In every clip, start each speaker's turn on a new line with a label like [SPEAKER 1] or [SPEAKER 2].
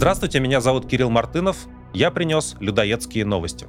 [SPEAKER 1] Здравствуйте, меня зовут Кирилл Мартынов. Я принес людоедские новости.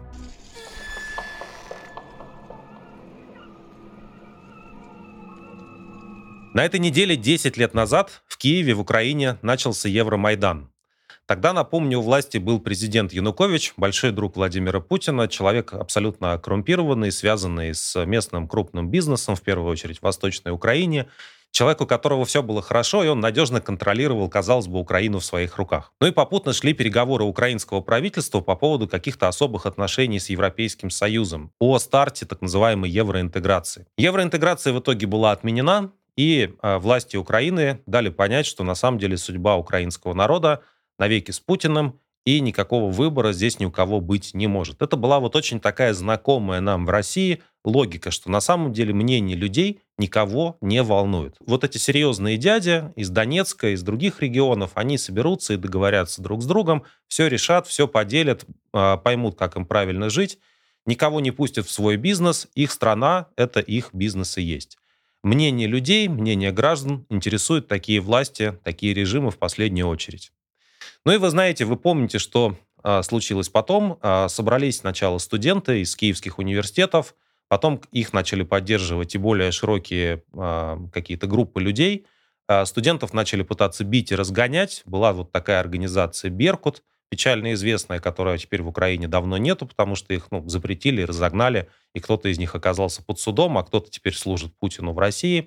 [SPEAKER 1] На этой неделе 10 лет назад в Киеве, в Украине, начался Евромайдан. Тогда, напомню, у власти был президент Янукович, большой друг Владимира Путина, человек абсолютно коррумпированный, связанный с местным крупным бизнесом, в первую очередь в Восточной Украине, человек, у которого все было хорошо, и он надежно контролировал, казалось бы, Украину в своих руках. Ну и попутно шли переговоры украинского правительства по поводу каких-то особых отношений с Европейским Союзом о старте так называемой евроинтеграции. Евроинтеграция в итоге была отменена, и власти Украины дали понять, что на самом деле судьба украинского народа навеки с Путиным, и никакого выбора здесь ни у кого быть не может. Это была вот очень такая знакомая нам в России логика, что на самом деле мнение людей никого не волнует. Вот эти серьезные дяди из Донецка, из других регионов, они соберутся и договорятся друг с другом, все решат, все поделят, поймут, как им правильно жить, никого не пустят в свой бизнес, их страна — это их бизнес и есть. Мнение людей, мнение граждан интересуют такие власти, такие режимы в последнюю очередь. Ну и вы знаете, вы помните, что случилось потом. Собрались сначала студенты из киевских университетов, потом их начали поддерживать и более широкие какие-то группы людей. Студентов начали пытаться бить и разгонять. Была вот такая организация «Беркут», печально известная, которая теперь в Украине давно нету, потому что их запретили, разогнали, и кто-то из них оказался под судом, а кто-то теперь служит Путину в России.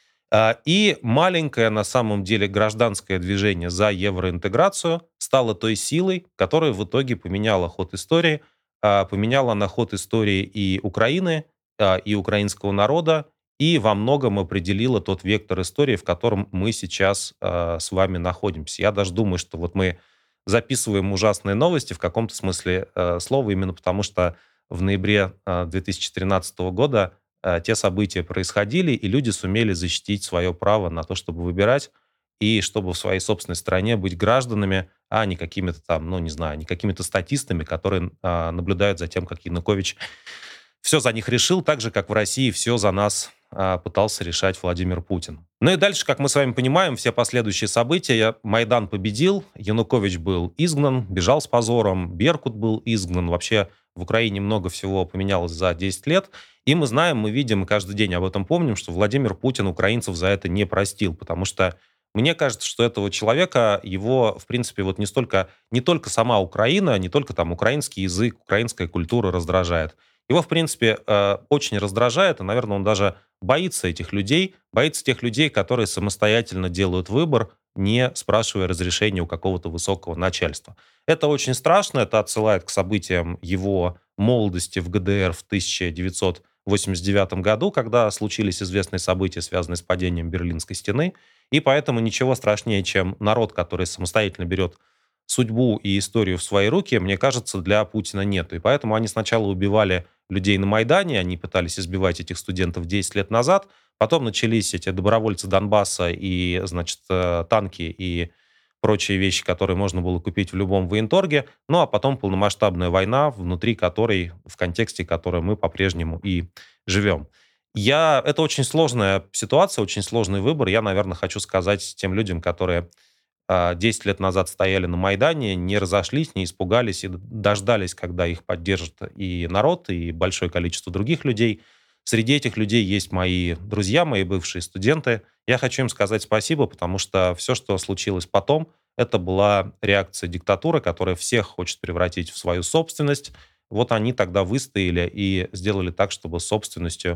[SPEAKER 1] И маленькое, на самом деле, гражданское движение за евроинтеграцию стало той силой, которая в итоге поменяла ход истории, поменяла на ход истории и Украины, и украинского народа, и во многом определила тот вектор истории, в котором мы сейчас с вами находимся. Я даже думаю, что вот мы записываем ужасные новости в каком-то смысле слова, именно потому что в ноябре 2013 года те события происходили, и люди сумели защитить свое право на то, чтобы выбирать, и чтобы в своей собственной стране быть гражданами, а не какими-то там, не знаю, не какими-то статистами, которые наблюдают за тем, как Янукович все за них решил, так же, как в России все за нас пытался решать Владимир Путин. Ну и дальше, как мы с вами понимаем, все последующие события. Майдан победил, Янукович был изгнан, бежал с позором, Беркут был изгнан. Вообще в Украине много всего поменялось за 10 лет. И мы знаем, мы видим, каждый день об этом помним, что Владимир Путин украинцев за это не простил, потому что мне кажется, что этого человека, его, в принципе, вот не только сама Украина, не только там украинский язык, украинская культура раздражает. Его, в принципе, очень раздражает, и, наверное, он даже боится этих людей, боится тех людей, которые самостоятельно делают выбор, не спрашивая разрешения у какого-то высокого начальства. Это очень страшно, это отсылает к событиям его молодости в ГДР в 1989 году, когда случились известные события, связанные с падением Берлинской стены, и поэтому ничего страшнее, чем народ, который самостоятельно берет судьбу и историю в свои руки, мне кажется, для Путина нет. И поэтому они сначала убивали людей на Майдане, они пытались избивать этих студентов 10 лет назад, потом начались эти добровольцы Донбасса и, значит, танки и прочие вещи, которые можно было купить в любом военторге, ну а потом полномасштабная война, внутри которой, в контексте которой мы по-прежнему и живем. Это очень сложная ситуация, очень сложный выбор. Я, наверное, хочу сказать тем людям, которые 10 лет назад стояли на Майдане, не разошлись, не испугались и дождались, когда их поддержит и народ, и большое количество других людей. Среди этих людей есть мои друзья, мои бывшие студенты. Я хочу им сказать спасибо, потому что все, что случилось потом, это была реакция диктатуры, которая всех хочет превратить в свою собственность. Вот они тогда выстояли и сделали так, чтобы собственностью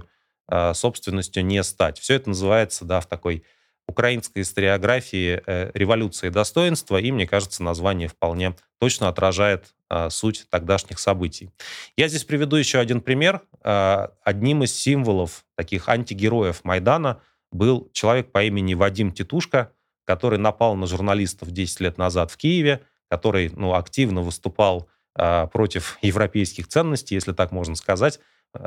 [SPEAKER 1] не стать. Все это называется, да, в такой украинской историографии «Революция и достоинство», и, мне кажется, название вполне точно отражает суть тогдашних событий. Я здесь приведу еще один пример. Одним из символов таких антигероев Майдана был человек по имени Вадим Титушко, который напал на журналистов 10 лет назад в Киеве, который активно выступал против европейских ценностей, если так можно сказать,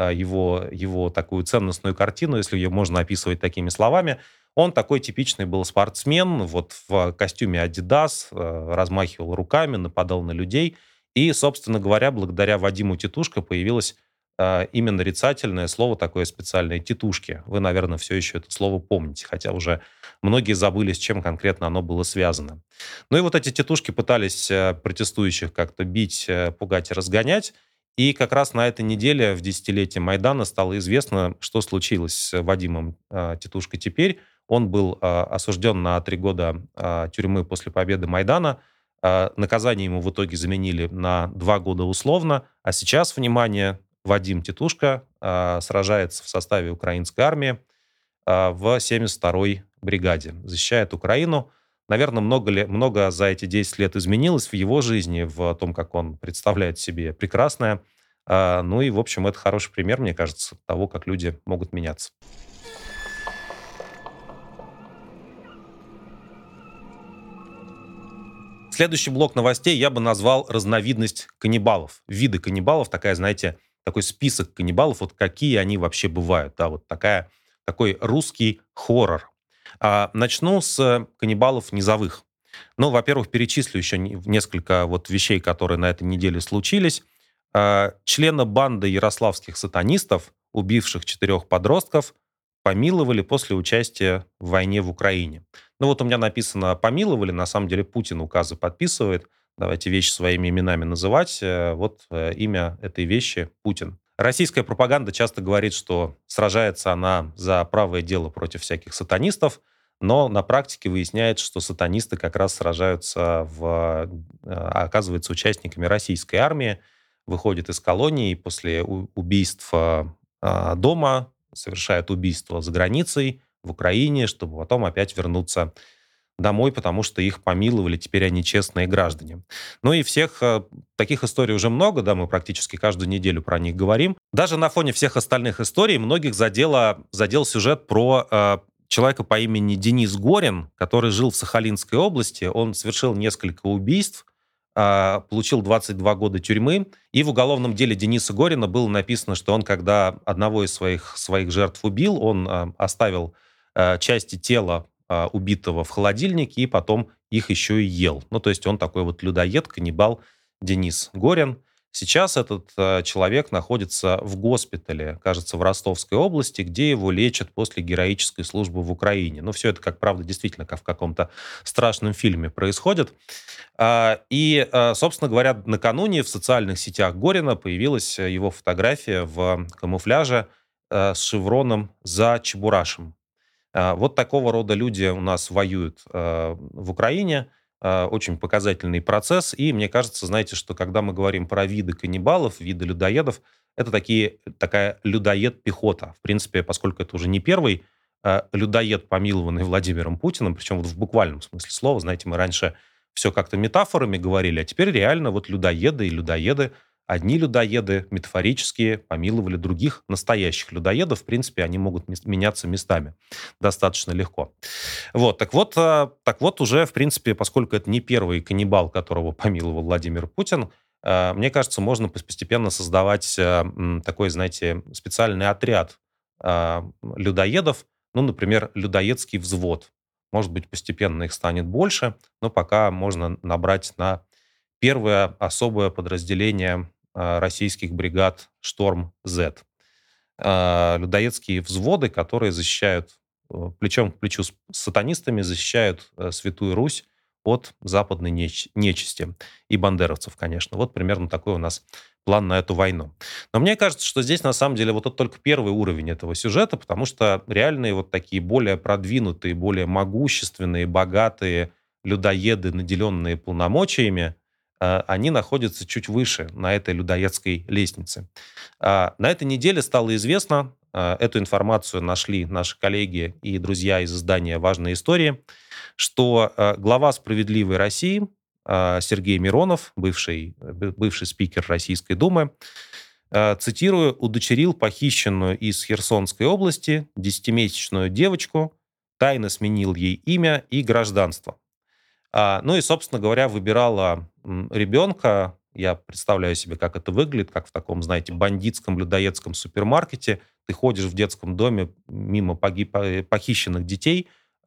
[SPEAKER 1] его такую ценностную картину, если ее можно описывать такими словами. Он такой типичный был спортсмен, вот в костюме Adidas, размахивал руками, нападал на людей. И, собственно говоря, благодаря Вадиму Титушко появилась имя нарицательное слово такое специальное «титушки». Вы, наверное, все еще это слово помните, хотя уже многие забыли, с чем конкретно оно было связано. Ну и вот эти титушки пытались протестующих как-то бить, пугать и разгонять. И как раз на этой неделе, в десятилетие Майдана, стало известно, что случилось с Вадимом Титушкой теперь. Он был осужден на 3 года тюрьмы после победы Майдана. Наказание ему в итоге заменили на 2 года условно. А сейчас, внимание, Вадим Титушка сражается в составе украинской армии в 72-й бригаде. Защищает Украину. Наверное, много за эти 10 лет изменилось в его жизни, в том, как он представляет себе прекрасное. Ну и, в общем, это хороший пример, мне кажется, того, как люди могут меняться. Следующий блок новостей я бы назвал разновидность каннибалов. Виды каннибалов, такая, знаете, такой список каннибалов, вот какие они вообще бывают. Да, вот такой русский хоррор. Начну с каннибалов низовых. Ну, во-первых, перечислю еще несколько вот вещей, которые на этой неделе случились. Члена банды ярославских сатанистов, убивших 4 подростков, помиловали после участия в войне в Украине. Ну вот у меня написано «помиловали», на самом деле Путин указы подписывает. Давайте вещи своими именами называть. Имя этой вещи — Путин. Российская пропаганда часто говорит, что сражается она за правое дело против всяких сатанистов, но на практике выясняется, что сатанисты как раз сражаются оказываются участниками российской армии, выходят из колонии после убийств дома, совершают убийство за границей, в Украине, чтобы потом опять вернуться домой, потому что их помиловали, теперь они честные граждане. Ну и таких историй уже много, да, мы практически каждую неделю про них говорим. Даже на фоне всех остальных историй многих задел сюжет про человека по имени Денис Горин, который жил в Сахалинской области. Он совершил несколько убийств, получил 22 года тюрьмы. И в уголовном деле Дениса Горина было написано, что он, когда одного из своих жертв убил, он оставил части тела убитого в холодильнике и потом их еще и ел. Ну, то есть он такой вот людоед, каннибал Денис Горин. Сейчас этот человек находится в госпитале, кажется, в Ростовской области, где его лечат после героической службы в Украине. Ну, все это, как правда, действительно, как в каком-то страшном фильме происходит. Собственно говоря, накануне в социальных сетях Горина появилась его фотография в камуфляже с шевроном за Чебурашем. Вот такого рода люди у нас воюют в Украине. Очень показательный процесс. И мне кажется, знаете, что когда мы говорим про виды каннибалов, виды людоедов, это такая людоед-пехота. В принципе, поскольку это уже не первый людоед, помилованный Владимиром Путиным, причем вот в буквальном смысле слова. Знаете, мы раньше все как-то метафорами говорили, а теперь реально вот людоеды и людоеды. Одни людоеды метафорические помиловали других настоящих людоедов. В принципе, они могут меняться местами достаточно легко. Так вот, уже, в принципе, поскольку это не первый каннибал, которого помиловал Владимир Путин, мне кажется, можно постепенно создавать такой, знаете, специальный отряд людоедов, ну, например, людоедский взвод. Может быть, постепенно их станет больше, но пока можно набрать на первое особое подразделение российских бригад «Шторм-З». Людоедские взводы, которые защищают плечом к плечу с сатанистами, защищают Святую Русь от западной нечисти и бандеровцев, конечно. Вот примерно такой у нас план на эту войну. Но мне кажется, что здесь на самом деле вот это только первый уровень этого сюжета, потому что реальные вот такие более продвинутые, более могущественные, богатые людоеды, наделенные полномочиями, они находятся чуть выше на этой людоедской лестнице. На этой неделе стало известно, эту информацию нашли наши коллеги и друзья из издания «Важные истории», что глава «Справедливой России» Сергей Миронов, бывший спикер Российской Думы, цитирую, удочерил похищенную из Херсонской области 10-месячную девочку, тайно сменил ей имя и гражданство. Ну и, собственно говоря, выбирала ребенка. Я представляю себе, как это выглядит, как в таком, знаете, бандитском, людоедском супермаркете. Ты ходишь в детском доме мимо похищенных детей,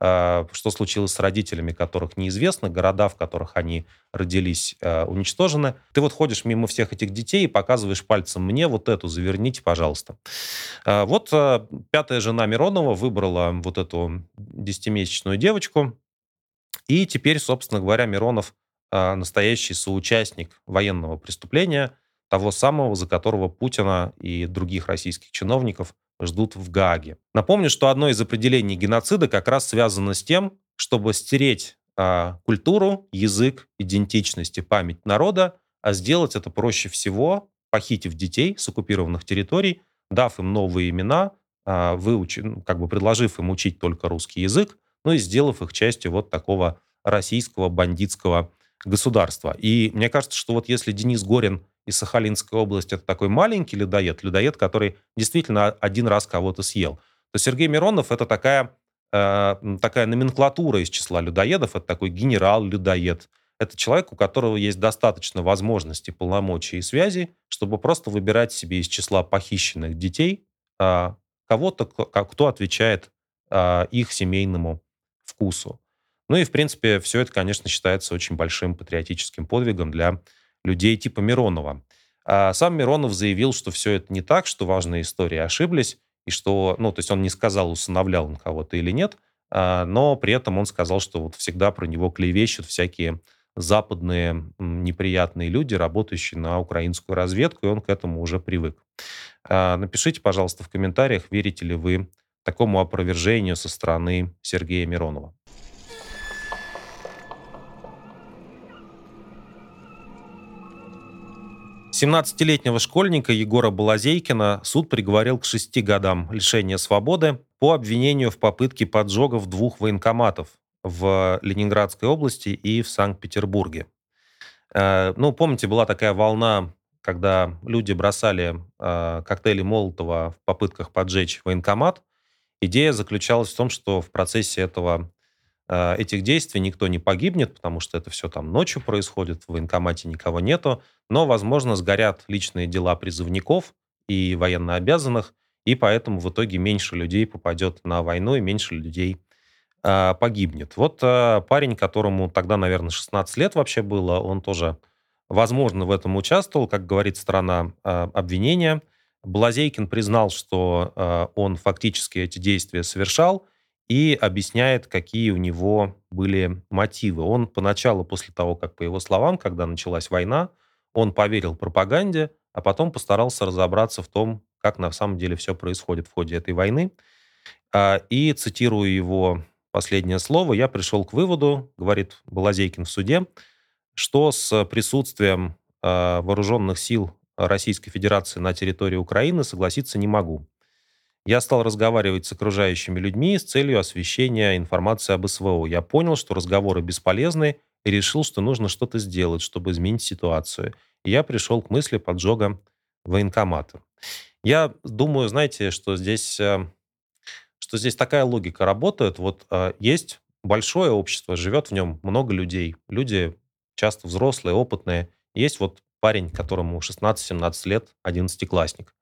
[SPEAKER 1] что случилось с родителями, которых неизвестно, города, в которых они родились, уничтожены. Ты вот ходишь мимо всех этих детей и показываешь пальцем: мне вот эту заверните, пожалуйста. Вот пятая жена Миронова выбрала вот эту десятимесячную девочку, и теперь, собственно говоря, Миронов настоящий соучастник военного преступления, того самого, за которого Путина и других российских чиновников ждут в Гааге. Напомню, что одно из определений геноцида как раз связано с тем, чтобы стереть культуру, язык, идентичность и память народа, а сделать это проще всего, похитив детей с оккупированных территорий, дав им новые имена, как бы предложив им учить только русский язык, ну и сделав их частью вот такого российского бандитского государства. И мне кажется, что вот если Денис Горин из Сахалинской области — это такой маленький людоед, который действительно один раз кого-то съел, то Сергей Миронов — это такая номенклатура из числа людоедов, это такой генерал-людоед. Это человек, у которого есть достаточно возможностей, полномочий и связей, чтобы просто выбирать себе из числа похищенных детей кого-то, кто отвечает их семейному вкусу. Ну и, в принципе, все это, конечно, считается очень большим патриотическим подвигом для людей типа Миронова. А сам Миронов заявил, что все это не так, что важные истории ошиблись, и что, ну, то есть он не сказал, усыновлял он кого-то или нет, но при этом он сказал, что вот всегда про него клевещут всякие западные неприятные люди, работающие на украинскую разведку, и он к этому уже привык. Напишите, пожалуйста, в комментариях, верите ли вы такому опровержению со стороны Сергея Миронова. 17-летнего школьника Егора Балазейкина суд приговорил к 6 годам лишения свободы по обвинению в попытке поджогов 2 военкоматов в Ленинградской области и в Санкт-Петербурге. Ну, помните, была такая волна, когда люди бросали коктейли Молотова в попытках поджечь военкомат. Идея заключалась в том, что в процессе этих действий никто не погибнет, потому что это все там ночью происходит, в военкомате никого нету, но, возможно, сгорят личные дела призывников и военнообязанных, и поэтому в итоге меньше людей попадет на войну и меньше людей погибнет. Вот парень, которому тогда, наверное, 16 лет вообще было, он тоже, возможно, в этом участвовал, как говорит сторона обвинения. Блазейкин признал, что он фактически эти действия совершал, и объясняет, какие у него были мотивы. Он поначалу, после того, как, по его словам, когда началась война, он поверил пропаганде, а потом постарался разобраться в том, как на самом деле все происходит в ходе этой войны. И, цитирую его последнее слово, «Я пришел к выводу, — говорит Балазейкин в суде, — что с присутствием вооруженных сил Российской Федерации на территории Украины согласиться не могу. Я стал разговаривать с окружающими людьми с целью освещения информации об СВО. Я понял, что разговоры бесполезны, и решил, что нужно что-то сделать, чтобы изменить ситуацию. И я пришел к мысли поджога военкомата». Я думаю, знаете, что здесь такая логика работает. Вот есть большое общество, живет в нем много людей. Люди часто взрослые, опытные. Есть вот парень, которому 16-17 лет, 11-классник.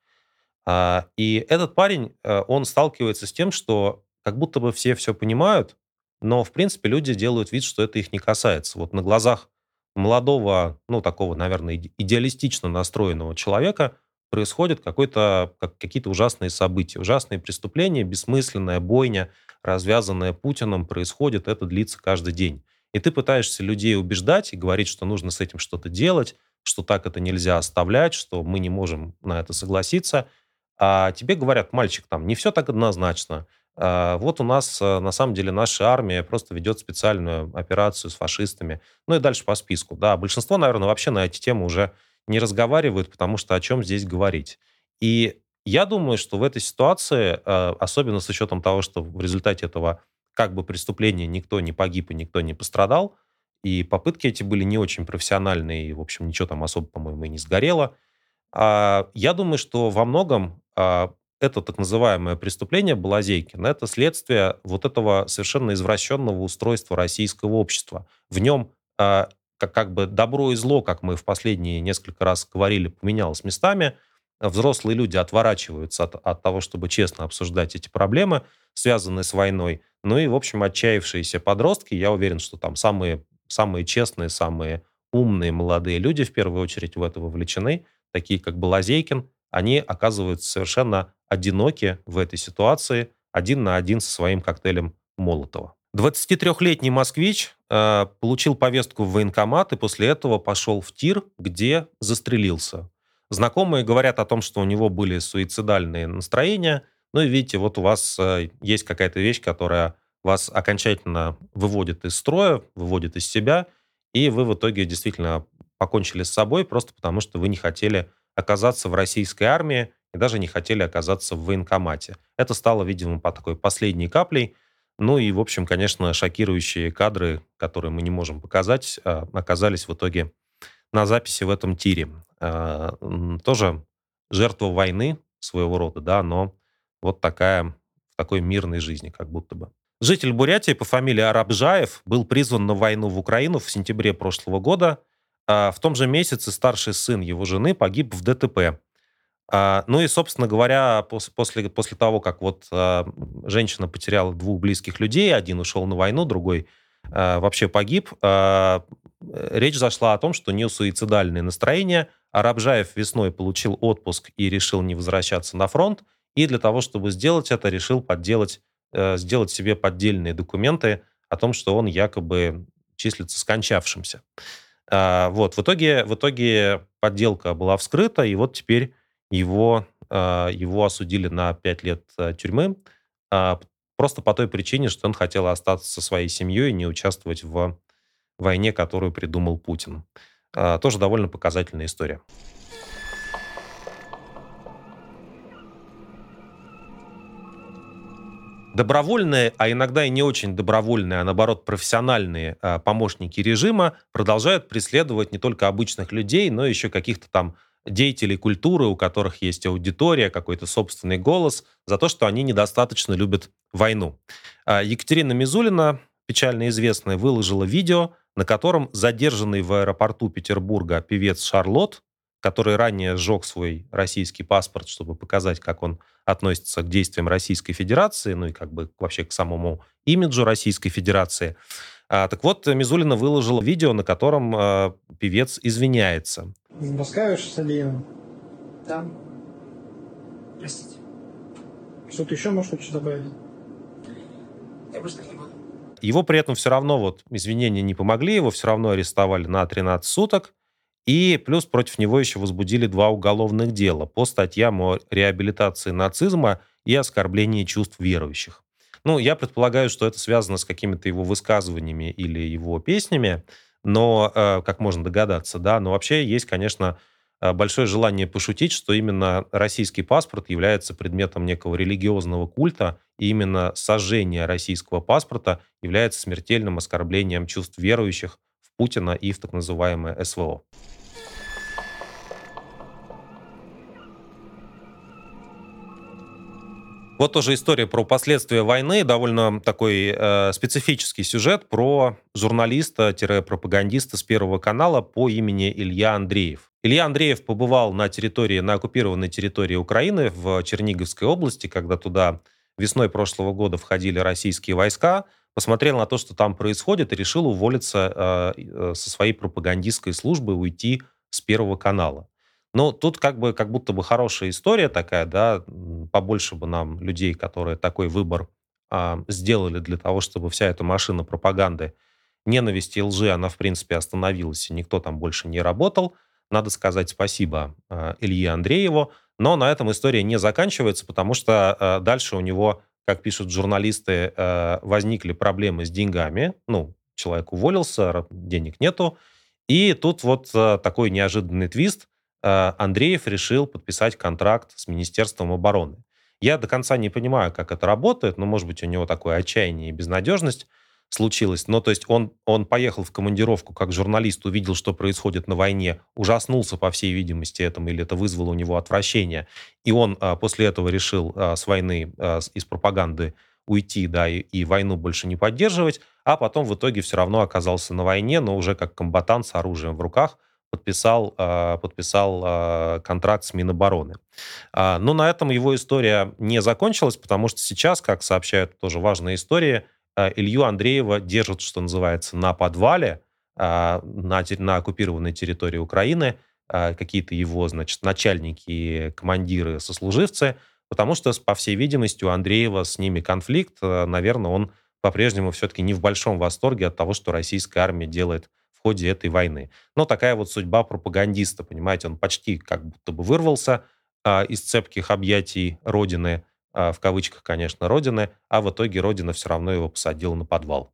[SPEAKER 1] И этот парень, он сталкивается с тем, что как будто бы все понимают, но, в принципе, люди делают вид, что это их не касается. Вот на глазах молодого, ну, такого, наверное, идеалистично настроенного человека происходят какие-то ужасные события, ужасные преступления, бессмысленная бойня, развязанная Путиным, происходит, это длится каждый день. И ты пытаешься людей убеждать и говорить, что нужно с этим что-то делать, что так это нельзя оставлять, что мы не можем на это согласиться. А тебе говорят: мальчик, там не все так однозначно. Вот у нас, на самом деле, наша армия просто ведет специальную операцию с фашистами. Ну и дальше по списку. Да, большинство, наверное, вообще на эти темы уже не разговаривают, потому что о чем здесь говорить. И я думаю, что в этой ситуации, особенно с учетом того, что в результате этого как бы преступления никто не погиб и никто не пострадал, и попытки эти были не очень профессиональные, и, в общем, ничего там особо, по-моему, и не сгорело. Я думаю, что во многом это так называемое преступление Балазейкина — это следствие вот этого совершенно извращенного устройства российского общества. В нем как бы добро и зло, как мы в последние несколько раз говорили, поменялось местами. Взрослые люди отворачиваются от того, чтобы честно обсуждать эти проблемы, связанные с войной. Ну и, в общем, отчаявшиеся подростки, я уверен, что там самые честные, самые умные молодые люди в первую очередь в это вовлечены, такие как Балазейкин, они оказываются совершенно одиноки в этой ситуации, один на один со своим коктейлем Молотова. 23-летний москвич получил повестку в военкомат и после этого пошел в тир, где застрелился. Знакомые говорят о том, что у него были суицидальные настроения. Ну и видите, вот у вас есть какая-то вещь, которая вас окончательно выводит из строя, выводит из себя, и вы в итоге действительно покончили с собой просто потому, что вы не хотели оказаться в российской армии и даже не хотели оказаться в военкомате. Это стало, видимо, по такой последней каплей. Ну и, в общем, конечно, шокирующие кадры, которые мы не можем показать, оказались в итоге на записи в этом тире. Тоже жертва войны своего рода, да, но вот такая, в такой мирной жизни как будто бы. Житель Бурятии по фамилии Арабжаев был призван на войну в Украину в сентябре прошлого года. В том же месяце старший сын его жены погиб в ДТП. Ну и, собственно говоря, после того, как вот женщина потеряла двух близких людей, один ушел на войну, другой вообще погиб, речь зашла о том, что у нее суицидальные настроения. Арабжаев весной получил отпуск и решил не возвращаться на фронт. И для того, чтобы сделать это, решил сделать себе поддельные документы о том, что он якобы числится скончавшимся. Вот, в итоге подделка была вскрыта, и вот теперь его осудили на 5 лет тюрьмы, а, просто по той причине, что он хотел остаться со своей семьей и не участвовать в войне, которую придумал Путин. Тоже довольно показательная история. Добровольные, а иногда и не очень добровольные, а наоборот профессиональные помощники режима продолжают преследовать не только обычных людей, но еще каких-то там деятелей культуры, у которых есть аудитория, какой-то собственный голос, за то, что они недостаточно любят войну. Екатерина Мизулина, печально известная, выложила видео, на котором задержанный в аэропорту Петербурга певец Шарлот, который ранее сжег свой российский паспорт, чтобы показать, как он относится к действиям Российской Федерации, ну и как бы вообще к самому имиджу Российской Федерации. Так вот, Мизулина выложила видео, на котором певец извиняется.
[SPEAKER 2] Раскаиваешься содеянным?
[SPEAKER 3] Да. Простите.
[SPEAKER 2] Что-то еще, может, хочешь добавить?
[SPEAKER 3] Я больше так не буду.
[SPEAKER 1] Его при этом все равно вот извинения не помогли, его все равно арестовали на 13 суток. И плюс против него еще возбудили 2 уголовных дела по статьям о реабилитации нацизма и оскорблении чувств верующих. Ну, я предполагаю, что это связано с какими-то его высказываниями или его песнями, но, как можно догадаться, да, но вообще есть, конечно, большое желание пошутить, что именно российский паспорт является предметом некого религиозного культа, и именно сожжение российского паспорта является смертельным оскорблением чувств верующих в Путина и в так называемое СВО. Вот тоже история про последствия войны, довольно такой специфический сюжет про журналиста-пропагандиста с Первого канала по имени Илья Андреев. Илья Андреев побывал на оккупированной территории Украины в Черниговской области, когда туда весной прошлого года входили российские войска, посмотрел на то, что там происходит, и решил уволиться со своей пропагандистской службы, уйти с Первого канала. Ну, тут как будто бы хорошая история такая, да, побольше бы нам людей, которые такой выбор сделали для того, чтобы вся эта машина пропаганды, ненависти и лжи, она, в принципе, остановилась, и никто там больше не работал. Надо сказать спасибо Илье Андрееву, но на этом история не заканчивается, потому что дальше у него, как пишут журналисты, возникли проблемы с деньгами. Ну, человек уволился, денег нету, и тут вот такой неожиданный твист. Андреев решил подписать контракт с Министерством обороны. Я до конца не понимаю, как это работает, но, может быть, у него такое отчаяние и безнадежность случилось. Но, то есть он поехал в командировку как журналист, увидел, что происходит на войне, ужаснулся, по всей видимости, этому, или это вызвало у него отвращение. И он после этого решил с войны, из пропаганды уйти, да, и войну больше не поддерживать, а потом в итоге все равно оказался на войне, но уже как комбатант с оружием в руках, подписал контракт с Минобороны. Но на этом его история не закончилась, потому что сейчас, как сообщают тоже важные истории, Илью Андреева держат, что называется, на подвале, на оккупированной территории Украины, какие-то его, значит, начальники, командиры, сослуживцы, потому что, по всей видимости, у Андреева с ними конфликт. Наверное, он по-прежнему все-таки не в большом восторге от того, что российская армия делает в ходе этой войны. Но такая вот судьба пропагандиста, понимаете, он почти как будто бы вырвался из цепких объятий Родины, в кавычках, конечно, Родины, а в итоге Родина все равно его посадила на подвал.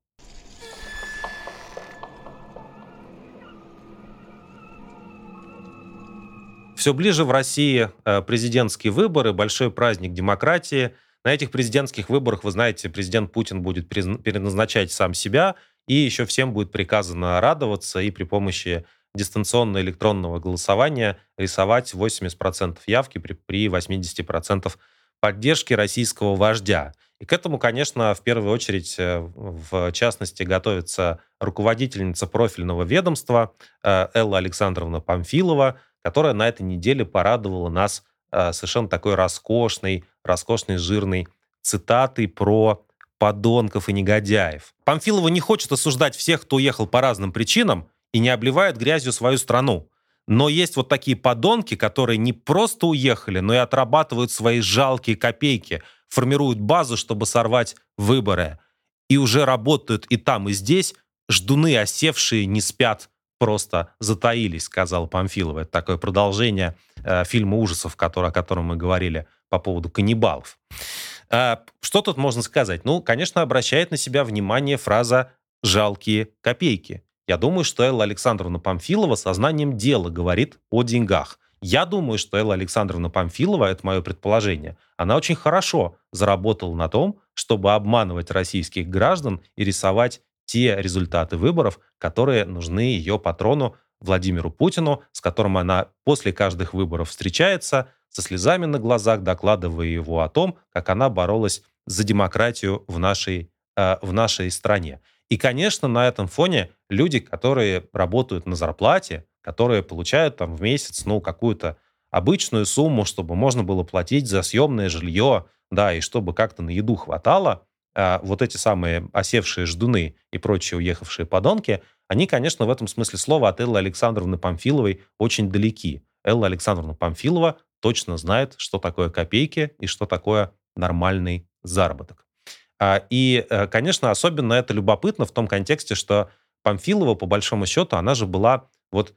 [SPEAKER 1] Все ближе в России президентские выборы, большой праздник демократии. На этих президентских выборах, вы знаете, президент Путин будет переназначать сам себя, и еще всем будет приказано радоваться и при помощи дистанционного электронного голосования рисовать 80% явки при 80% поддержки российского вождя. И к этому, конечно, в первую очередь, в частности, готовится руководительница профильного ведомства Элла Александровна Памфилова, которая на этой неделе порадовала нас совершенно такой роскошной, жирной цитатой про подонков и негодяев. Памфилова не хочет осуждать всех, кто уехал по разным причинам и не обливает грязью свою страну. Но есть вот такие подонки, которые не просто уехали, но и отрабатывают свои жалкие копейки, формируют базу, чтобы сорвать выборы. И уже работают и там, и здесь. Ждуны, осевшие, не спят, просто затаились, сказала Памфилова. Это такое продолжение фильма ужасов, о котором мы говорили по поводу каннибалов. Что тут можно сказать? Ну, конечно, обращает на себя внимание фраза «жалкие копейки». Я думаю, что Элла Александровна Памфилова сознанием дела говорит о деньгах. Я думаю, что Элла Александровна Памфилова, это мое предположение, она очень хорошо заработала на том, чтобы обманывать российских граждан и рисовать те результаты выборов, которые нужны ее патрону Владимиру Путину, с которым она после каждых выборов встречается, со слезами на глазах, докладывая его о том, как она боролась за демократию в нашей стране. И, конечно, на этом фоне люди, которые работают на зарплате, которые получают там в месяц, какую-то обычную сумму, чтобы можно было платить за съемное жилье, да, и чтобы как-то на еду хватало, вот эти самые осевшие ждуны и прочие уехавшие подонки, они, конечно, в этом смысле слова от Эллы Александровны Памфиловой очень далеки. Элла Александровна Памфилова точно знает, что такое копейки и что такое нормальный заработок. Конечно, особенно это любопытно в том контексте, что Памфилова, по большому счету, она же была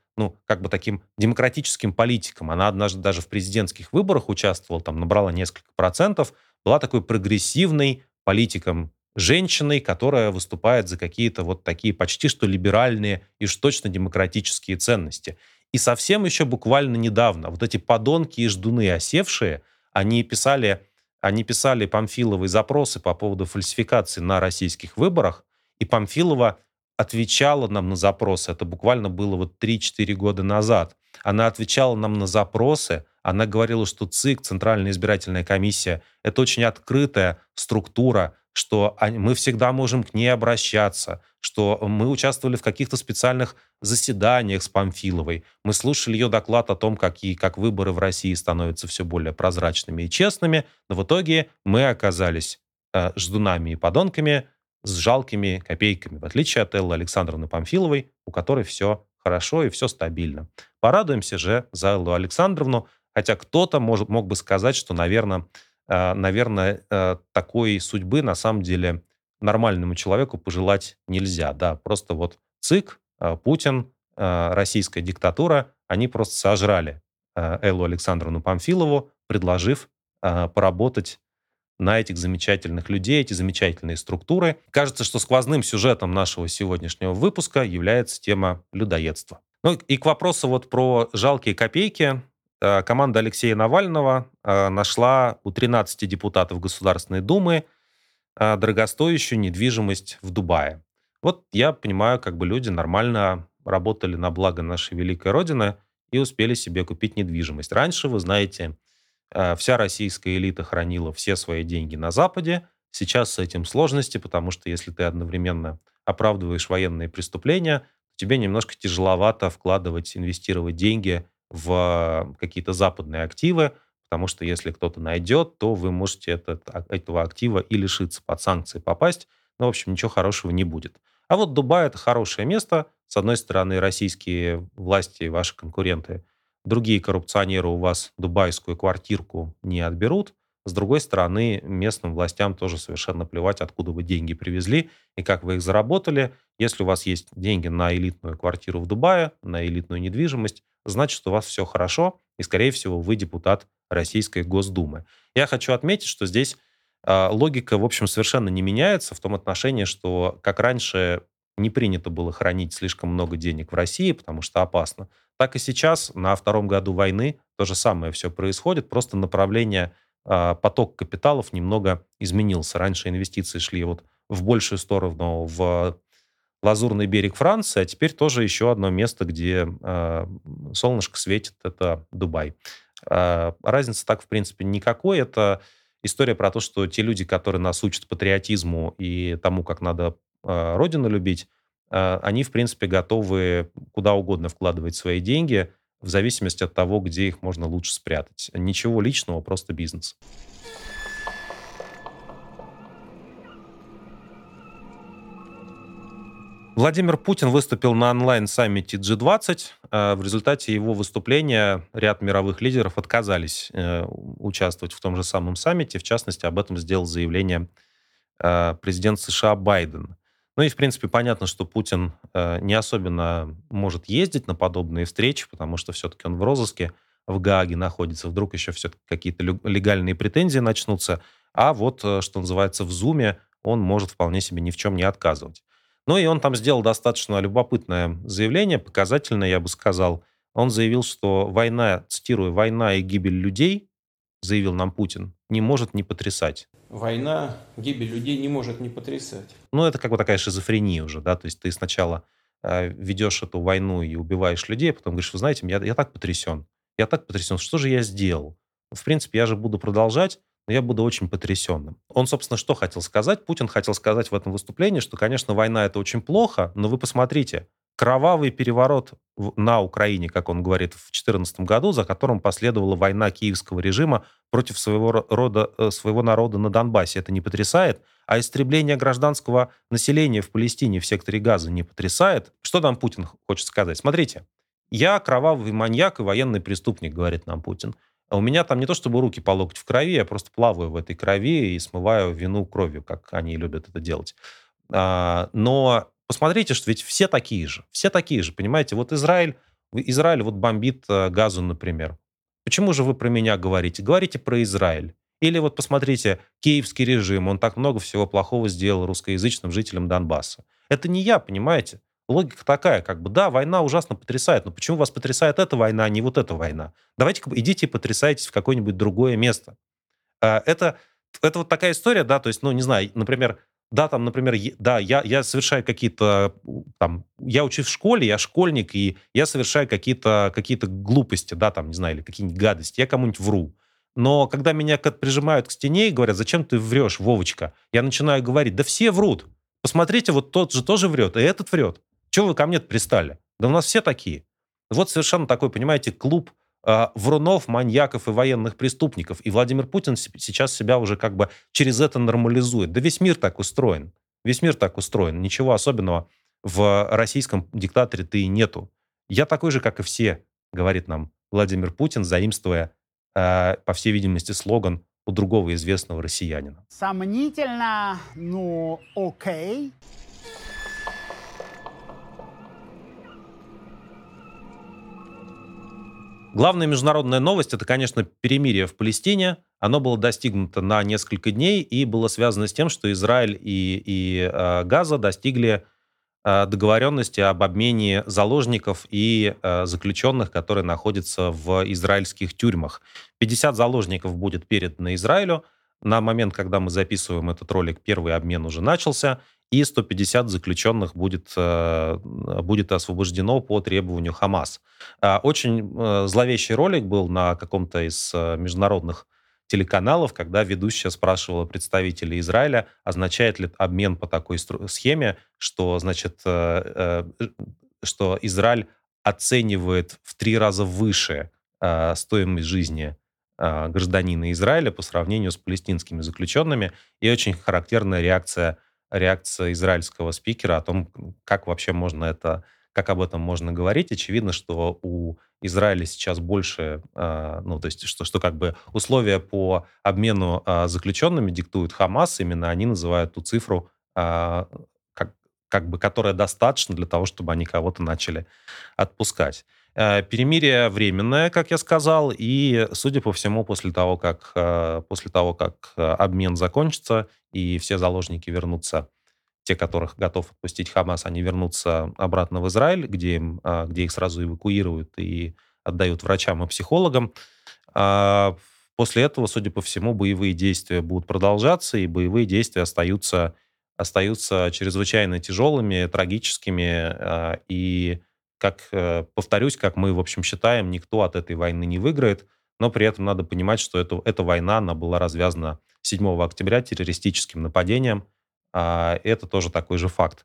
[SPEAKER 1] таким демократическим политиком. Она однажды даже в президентских выборах участвовала, там набрала несколько процентов, была такой прогрессивной политиком, женщиной, которая выступает за какие-то вот такие почти что либеральные и уж точно демократические ценности. И совсем еще буквально недавно вот эти подонки и ждуны осевшие, они писали Памфиловой запросы по поводу фальсификации на российских выборах, и Памфилова отвечала нам на запросы. Это буквально было вот 3-4 года назад. Она отвечала нам на запросы, она говорила, что ЦИК, Центральная избирательная комиссия, это очень открытая структура, что мы всегда можем к ней обращаться, что мы участвовали в каких-то специальных заседаниях с Памфиловой, мы слушали ее доклад о том, как выборы в России становятся все более прозрачными и честными, но в итоге мы оказались ждунами и подонками с жалкими копейками, в отличие от Эллы Александровны Памфиловой, у которой все хорошо и все стабильно. Порадуемся же за Эллу Александровну, хотя кто-то мог бы сказать, что, наверное, такой судьбы на самом деле нормальному человеку пожелать нельзя. Да, просто вот ЦИК, Путин, российская диктатура, они просто сожрали Эллу Александровну Памфилову, предложив поработать на этих замечательных людей, эти замечательные структуры. Кажется, что сквозным сюжетом нашего сегодняшнего выпуска является тема людоедства. И к вопросу вот про жалкие копейки. Команда Алексея Навального нашла у 13 депутатов Государственной Думы дорогостоящую недвижимость в Дубае. Вот я понимаю, люди нормально работали на благо нашей великой Родины и успели себе купить недвижимость. Раньше, вы знаете, вся российская элита хранила все свои деньги на Западе. Сейчас с этим сложности, потому что если ты одновременно оправдываешь военные преступления, тебе немножко тяжеловато вкладывать, инвестировать деньги в какие-то западные активы, потому что если кто-то найдет, то вы можете этого актива и лишиться, под санкции попасть. Ну, в общем, ничего хорошего не будет. А вот Дубай — это хорошее место. С одной стороны, российские власти, ваши конкуренты, другие коррупционеры у вас дубайскую квартирку не отберут. С другой стороны, местным властям тоже совершенно плевать, откуда вы деньги привезли и как вы их заработали. Если у вас есть деньги на элитную квартиру в Дубае, на элитную недвижимость, значит, у вас все хорошо, и, скорее всего, вы депутат Российской Госдумы. Я хочу отметить, что здесь логика, в общем, совершенно не меняется в том отношении, что, как раньше не принято было хранить слишком много денег в России, потому что опасно, так и сейчас, на втором году войны, то же самое все происходит, просто направление, поток капиталов немного изменился. Раньше инвестиции шли вот в большую сторону, в Лазурный берег Франции, а теперь тоже еще одно место, где солнышко светит, это Дубай. Разницы так, в принципе, никакой. Это история про то, что те люди, которые нас учат патриотизму и тому, как надо родину любить, они, в принципе, готовы куда угодно вкладывать свои деньги в зависимости от того, где их можно лучше спрятать. Ничего личного, просто бизнес. Владимир Путин выступил на онлайн-саммите G20. В результате его выступления ряд мировых лидеров отказались участвовать в том же самом саммите. В частности, об этом сделал заявление президент США Байден. Ну и, в принципе, понятно, что Путин не особенно может ездить на подобные встречи, потому что все-таки он в розыске в Гааге находится. Вдруг еще все-таки какие-то легальные претензии начнутся. А вот, что называется, в Зуме он может вполне себе ни в чем не отказывать. Ну и он там сделал достаточно любопытное заявление, показательное, я бы сказал. Он заявил, что война, цитирую, «война и гибель людей», заявил нам Путин, «не может не потрясать».
[SPEAKER 4] Война, гибель людей не может не потрясать.
[SPEAKER 1] Ну, это как бы такая шизофрения уже, да, то есть ты сначала ведешь эту войну и убиваешь людей, а потом говоришь, вы знаете, я так потрясен, что же я сделал? В принципе, я же буду продолжать, но я буду очень потрясенным. Он, собственно, что хотел сказать? Путин хотел сказать в этом выступлении, что, конечно, война — это очень плохо, но вы посмотрите, кровавый переворот на Украине, как он говорит, в 2014 году, за которым последовала война киевского режима против своего народа на Донбассе. Это не потрясает? А истребление гражданского населения в Палестине в секторе Газа не потрясает? Что нам Путин хочет сказать? Смотрите, я кровавый маньяк и военный преступник, говорит нам Путин. А у меня там не то чтобы руки по локоть в крови, я просто плаваю в этой крови и смываю вину кровью, как они любят это делать. Но посмотрите, что ведь все такие же, понимаете? Вот Израиль вот бомбит Газу, например. Почему же вы про меня говорите? Говорите про Израиль. Или вот посмотрите, киевский режим, он так много всего плохого сделал русскоязычным жителям Донбасса. Это не я, понимаете? Логика такая, как бы, да, война ужасно потрясает, но почему вас потрясает эта война, а не вот эта война? Давайте-ка идите и потрясайтесь в какое-нибудь другое место. Это вот такая история, да, то есть, ну, не знаю, например, да, там, например, да, я совершаю какие-то, там, я учусь в школе, я школьник, и я совершаю какие-то глупости, да, там, не знаю, или какие-нибудь гадости, я кому-нибудь вру. Но когда меня прижимают к стене и говорят, зачем ты врешь, Вовочка, я начинаю говорить, да все врут. Посмотрите, вот тот же тоже врет, и этот врет. Чего вы ко мне пристали? Да у нас все такие. Вот совершенно такой, понимаете, клуб врунов, маньяков и военных преступников. И Владимир Путин сейчас себя уже как бы через это нормализует. Да весь мир так устроен. Весь мир так устроен. Ничего особенного в российском диктаторе-то и нету. Я такой же, как и все, говорит нам Владимир Путин, заимствуя, по всей видимости, слоган у другого известного россиянина.
[SPEAKER 5] Сомнительно, ну окей.
[SPEAKER 1] Главная международная новость — это, конечно, перемирие в Палестине. Оно было достигнуто на несколько дней и было связано с тем, что Израиль и Газа достигли договоренности об обмене заложников и заключенных, которые находятся в израильских тюрьмах. 50 заложников будет передано Израилю. На момент, когда мы записываем этот ролик, первый обмен уже начался, и 150 заключенных будет освобождено по требованию Хамас. Очень зловещий ролик был на каком-то из международных телеканалов, когда ведущая спрашивала представителей Израиля, означает ли обмен по такой схеме, что, значит, что Израиль оценивает в 3 раза выше стоимость жизни гражданина Израиля по сравнению с палестинскими заключенными. И очень характерная реакция израильского спикера о том, как об этом можно говорить. Очевидно, что у Израиля сейчас больше, то есть, что как бы условия по обмену заключенными диктует Хамас, именно они называют ту цифру, которая достаточно для того, чтобы они кого-то начали отпускать. Перемирие временное, как я сказал, и, судя по всему, после того, как обмен закончится и все заложники вернутся, те, которых готов отпустить Хамас, они вернутся обратно в Израиль, где их сразу эвакуируют и отдают врачам и психологам. После этого, судя по всему, боевые действия будут продолжаться, и боевые действия остаются чрезвычайно тяжелыми, трагическими. И, повторюсь, как мы, в общем, считаем, никто от этой войны не выиграет. Но при этом надо понимать, что эта война, она была развязана 7 октября террористическим нападением. Это тоже такой же факт.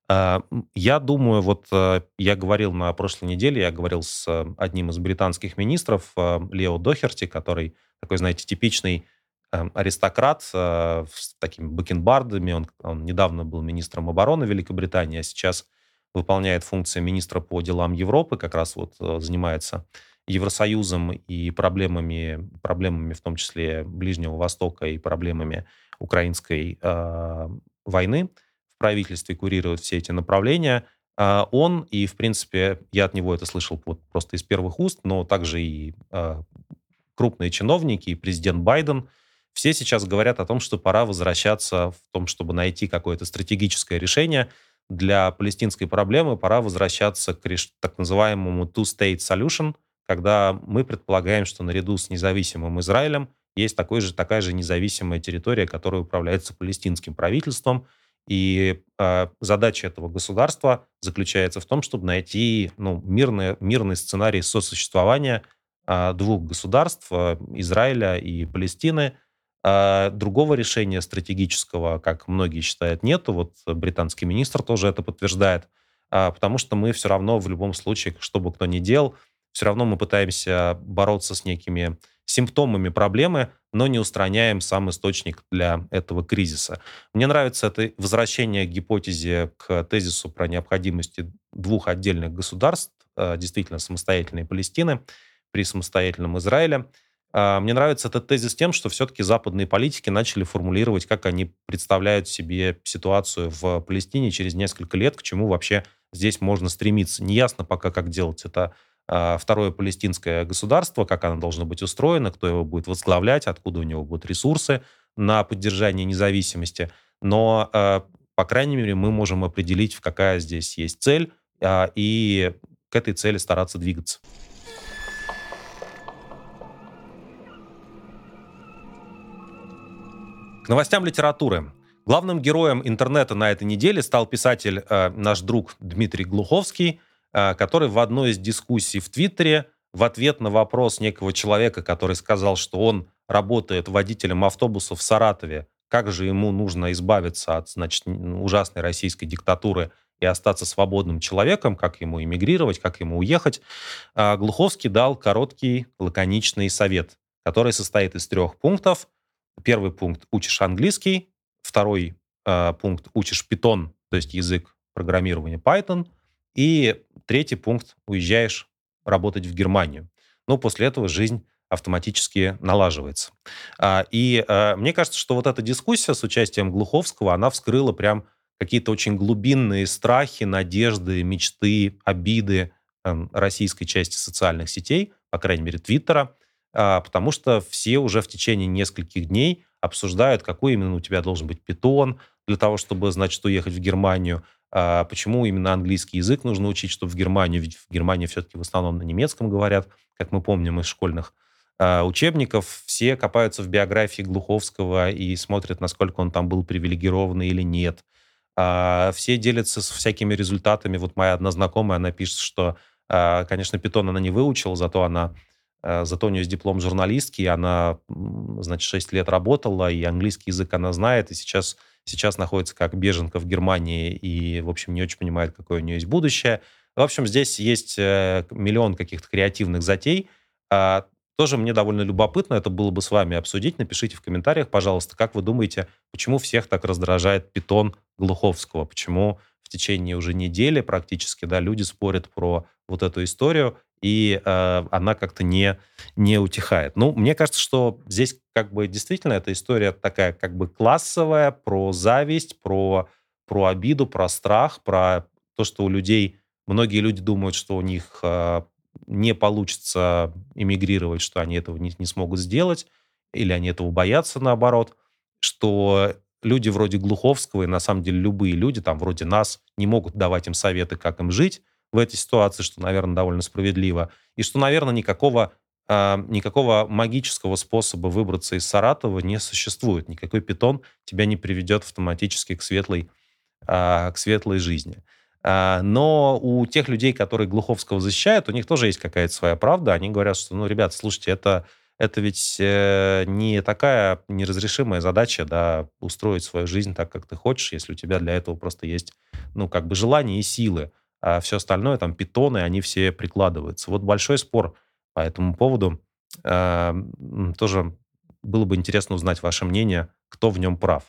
[SPEAKER 1] Я думаю, я говорил на прошлой неделе, я говорил с одним из британских министров, Лео Дохерти, который такой, знаете, типичный аристократ с такими бакенбардами. Он недавно был министром обороны Великобритании, а сейчас выполняет функции министра по делам Европы, как раз занимается Евросоюзом и проблемами, в том числе Ближнего Востока, и проблемами украинской войны. В правительстве курирует все эти направления. Он, и, в принципе, я от него это слышал просто из первых уст, но также и крупные чиновники, и президент Байден, все сейчас говорят о том, что пора возвращаться в том, чтобы найти какое-то стратегическое решение для палестинской проблемы, пора возвращаться к так называемому two-state solution, когда мы предполагаем, что наряду с независимым Израилем есть такая же независимая территория, которая управляется палестинским правительством. И задача этого государства заключается в том, чтобы найти мирный сценарий сосуществования двух государств, Израиля и Палестины. Другого решения стратегического, как многие считают, нету. Британский министр тоже это подтверждает. Потому что мы все равно, в любом случае, что бы кто ни делал, все равно мы пытаемся бороться с некими симптомами проблемы, но не устраняем сам источник для этого кризиса. Мне нравится это возвращение к гипотезе, к тезису про необходимость двух отдельных государств, действительно самостоятельной Палестины при самостоятельном Израиле. Мне нравится этот тезис тем, что все-таки западные политики начали формулировать, как они представляют себе ситуацию в Палестине через несколько лет, к чему вообще здесь можно стремиться. Неясно пока, как делать это второе палестинское государство, как оно должно быть устроено, кто его будет возглавлять, откуда у него будут ресурсы на поддержание независимости. Но, по крайней мере, мы можем определить, какая здесь есть цель, и к этой цели стараться двигаться. К новостям литературы. Главным героем интернета на этой неделе стал писатель, наш друг Дмитрий Глуховский, который в одной из дискуссий в Твиттере в ответ на вопрос некого человека, который сказал, что он работает водителем автобуса в Саратове, как же ему нужно избавиться от, ужасной российской диктатуры и остаться свободным человеком, как ему эмигрировать, как ему уехать, Глуховский дал короткий, лаконичный совет, который состоит из 3 пунктов. Первый пункт — учишь английский, второй пункт — учишь Python, то есть язык программирования Python, и 3 пункт — уезжаешь работать в Германию. После этого жизнь автоматически налаживается. Мне кажется, что эта дискуссия с участием Глуховского, она вскрыла прям какие-то очень глубинные страхи, надежды, мечты, обиды российской части социальных сетей, по крайней мере, Твиттера, потому что все уже в течение нескольких дней обсуждают, какой именно у тебя должен быть Python для того, чтобы, уехать в Германию, почему именно английский язык нужно учить, чтобы в Германию, ведь в Германии все-таки в основном на немецком говорят, как мы помним из школьных учебников. Все копаются в биографии Глуховского и смотрят, насколько он там был привилегированный или нет. Все делятся всякими результатами. Моя одна знакомая, она пишет, что, конечно, Python она не выучила, зато у нее есть диплом журналистки, она, 6 лет работала, и английский язык она знает, и сейчас находится как беженка в Германии и, в общем, не очень понимает, какое у нее есть будущее. В общем, здесь есть миллион каких-то креативных затей. Тоже мне довольно любопытно это было бы с вами обсудить. Напишите в комментариях, пожалуйста, как вы думаете, почему всех так раздражает питон Глуховского? Почему в течение уже недели практически, да, люди спорят про вот эту историю, и она как-то не утихает. Ну, мне кажется, что здесь как бы действительно эта история такая как бы классовая, про зависть, про обиду, про страх, про то, что у людей, многие люди думают, что у них не получится эмигрировать, что они этого не смогут сделать, или они этого боятся наоборот, что люди вроде Глуховского, и на самом деле любые люди, там вроде нас, не могут давать им советы, как им жить в этой ситуации, что, наверное, довольно справедливо, и что, наверное, никакого магического способа выбраться из Саратова не существует. Никакой питон тебя не приведет автоматически к светлой жизни. Но у тех людей, которые Глуховского защищают, у них тоже есть какая-то своя правда. Они говорят, что, ну, ребята, слушайте, это ведь не такая неразрешимая задача, да, устроить свою жизнь так, как ты хочешь, если у тебя для этого просто есть, ну, как бы желание и силы. А все остальное, там, питоны, они все прикладываются. Вот большой спор по этому поводу. Тоже было бы интересно узнать ваше мнение, кто в нем прав.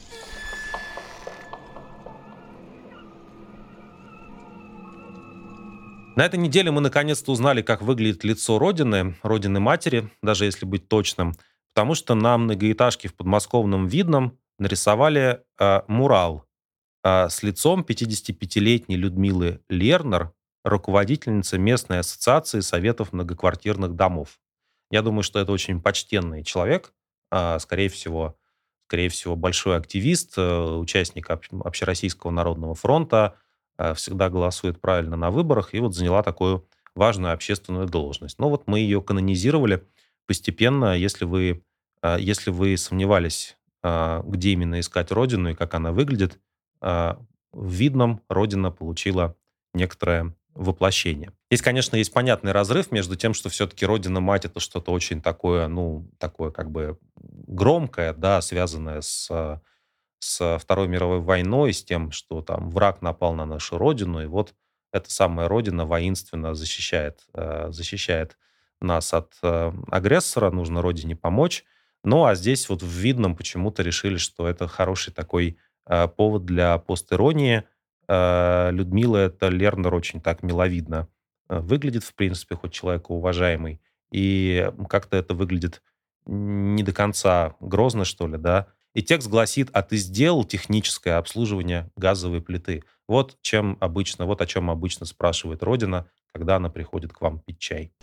[SPEAKER 1] На этой неделе мы наконец-то узнали, как выглядит лицо Родины матери, даже если быть точным, потому что на многоэтажке в подмосковном Видном нарисовали мурал с лицом 55-летней Людмилы Лернер, руководительницы местной ассоциации советов многоквартирных домов. Я думаю, что это очень почтенный человек, скорее всего, большой активист, участник Общероссийского народного фронта, всегда голосует правильно на выборах и вот заняла такую важную общественную должность. Но вот мы ее канонизировали постепенно. Если вы сомневались, где именно искать Родину и как она выглядит, в Видном Родина получила некоторое воплощение. Здесь, конечно, есть понятный разрыв между тем, что все-таки Родина-мать — это что-то очень такое, ну, такое как бы громкое, да, связанное с Второй мировой войной, с тем, что там враг напал на нашу Родину, и вот эта самая Родина воинственно защищает нас от агрессора, нужно Родине помочь. Ну, а здесь вот в Видном почему-то решили, что это хороший такой повод для пост-иронии. Людмила это Лернер очень так миловидно выглядит, в принципе, хоть человек уважаемый, и как-то это выглядит не до конца грозно, что ли, да. И текст гласит: «А ты сделал техническое обслуживание газовой плиты?» Вот о чем обычно спрашивает Родина, когда она приходит к вам пить чай.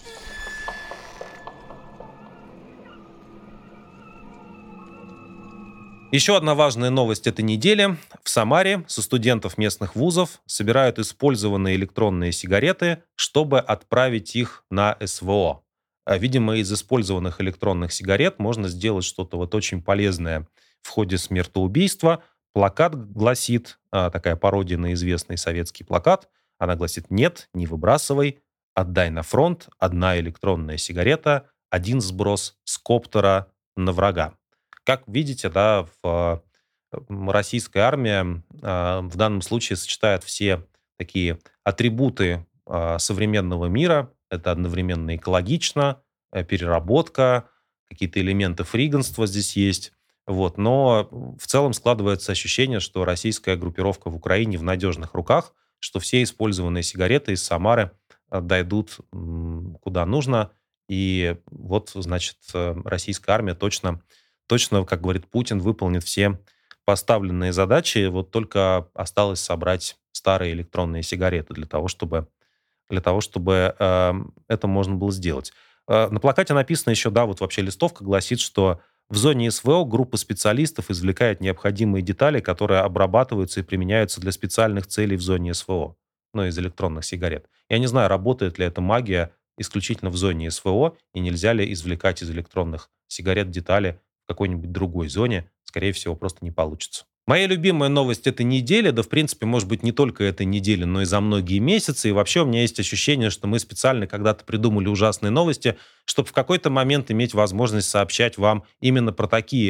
[SPEAKER 1] Еще одна важная новость этой недели. В Самаре со студентов местных вузов собирают использованные электронные сигареты, чтобы отправить их на СВО. Видимо, из использованных электронных сигарет можно сделать что-то вот очень полезное в ходе смертоубийства. Плакат гласит, такая пародия на известный советский плакат, она гласит: «Нет, не выбрасывай, отдай на фронт, одна электронная сигарета, один сброс с коптера на врага». Как видите, да, российская армия в данном случае сочетает все такие атрибуты современного мира. Это одновременно экологично, переработка, какие-то элементы фриганства здесь есть. Вот. Но в целом складывается ощущение, что российская группировка в Украине в надежных руках, что все использованные сигареты из Самары дойдут куда нужно. И вот, значит, российская армия точно, как говорит Путин, выполнит все поставленные задачи. Вот только осталось собрать старые электронные сигареты для того, чтобы это можно было сделать. На плакате написано еще, да, вот вообще листовка гласит, что в зоне СВО группа специалистов извлекает необходимые детали, которые обрабатываются и применяются для специальных целей в зоне СВО, ну, из электронных сигарет. Я не знаю, работает ли эта магия исключительно в зоне СВО, и нельзя ли извлекать из электронных сигарет детали в какой-нибудь другой зоне. Скорее всего, просто не получится. Моя любимая новость этой недели, да, в принципе, может быть, не только этой недели, но и за многие месяцы. И вообще у меня есть ощущение, что мы специально когда-то придумали ужасные новости, чтобы в какой-то момент иметь возможность сообщать вам именно про такие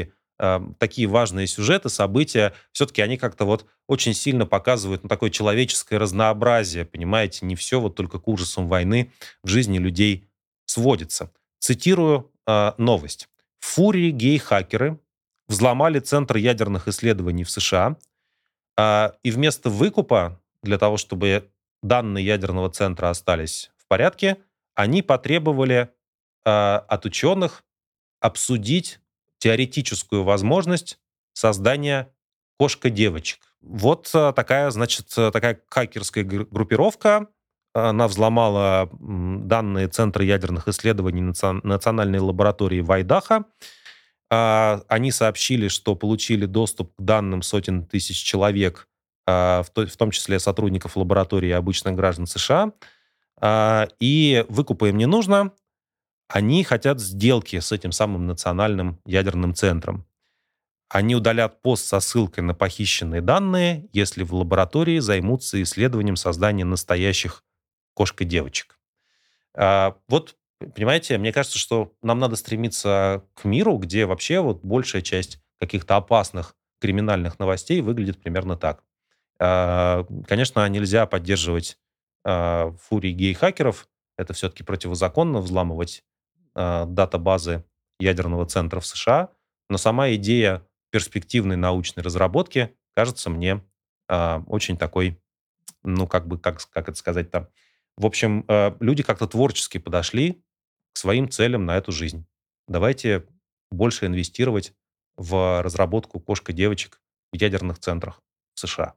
[SPEAKER 1] такие важные сюжеты, события, все-таки они как-то вот очень сильно показывают такое человеческое разнообразие, понимаете, не все вот только к ужасам войны в жизни людей сводится. Цитирую новость. В Фурии гей-хакеры взломали Центр ядерных исследований в США, и вместо выкупа, для того, чтобы данные ядерного центра остались в порядке, они потребовали от ученых обсудить теоретическую возможность создания кошка-девочек. Вот такая, значит, такая хакерская группировка. Она взломала данные Центра ядерных исследований Национальной лаборатории в Айдахо. Они сообщили, что получили доступ к данным сотен тысяч человек, в том числе сотрудников лаборатории и обычных граждан США. И выкупа им не нужно. Они хотят сделки с этим самым национальным ядерным центром. Они удалят пост со ссылкой на похищенные данные, если в лаборатории займутся исследованием создания настоящих кошка-девочек. Вот, понимаете, мне кажется, что нам надо стремиться к миру, где вообще вот большая часть каких-то опасных криминальных новостей выглядит примерно так. Конечно, нельзя поддерживать фурии гей-хакеров. Это все-таки противозаконно взламывать датабазы ядерного центра в США. Но сама идея перспективной научной разработки кажется мне очень такой, ну, как это сказать-то. В общем, люди как-то творчески подошли к своим целям на эту жизнь. Давайте больше инвестировать в разработку кошка-девочек в ядерных центрах в США.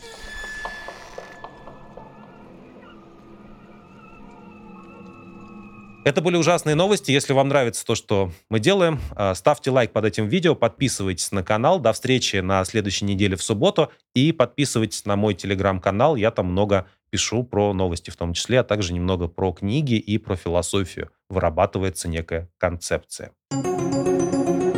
[SPEAKER 1] Это были ужасные новости. Если вам нравится то, что мы делаем, ставьте лайк под этим видео, подписывайтесь на канал. До встречи на следующей неделе в субботу. И подписывайтесь на мой телеграм-канал. Я там много пишу про новости в том числе, а также немного про книги и про философию. Вырабатывается некая концепция.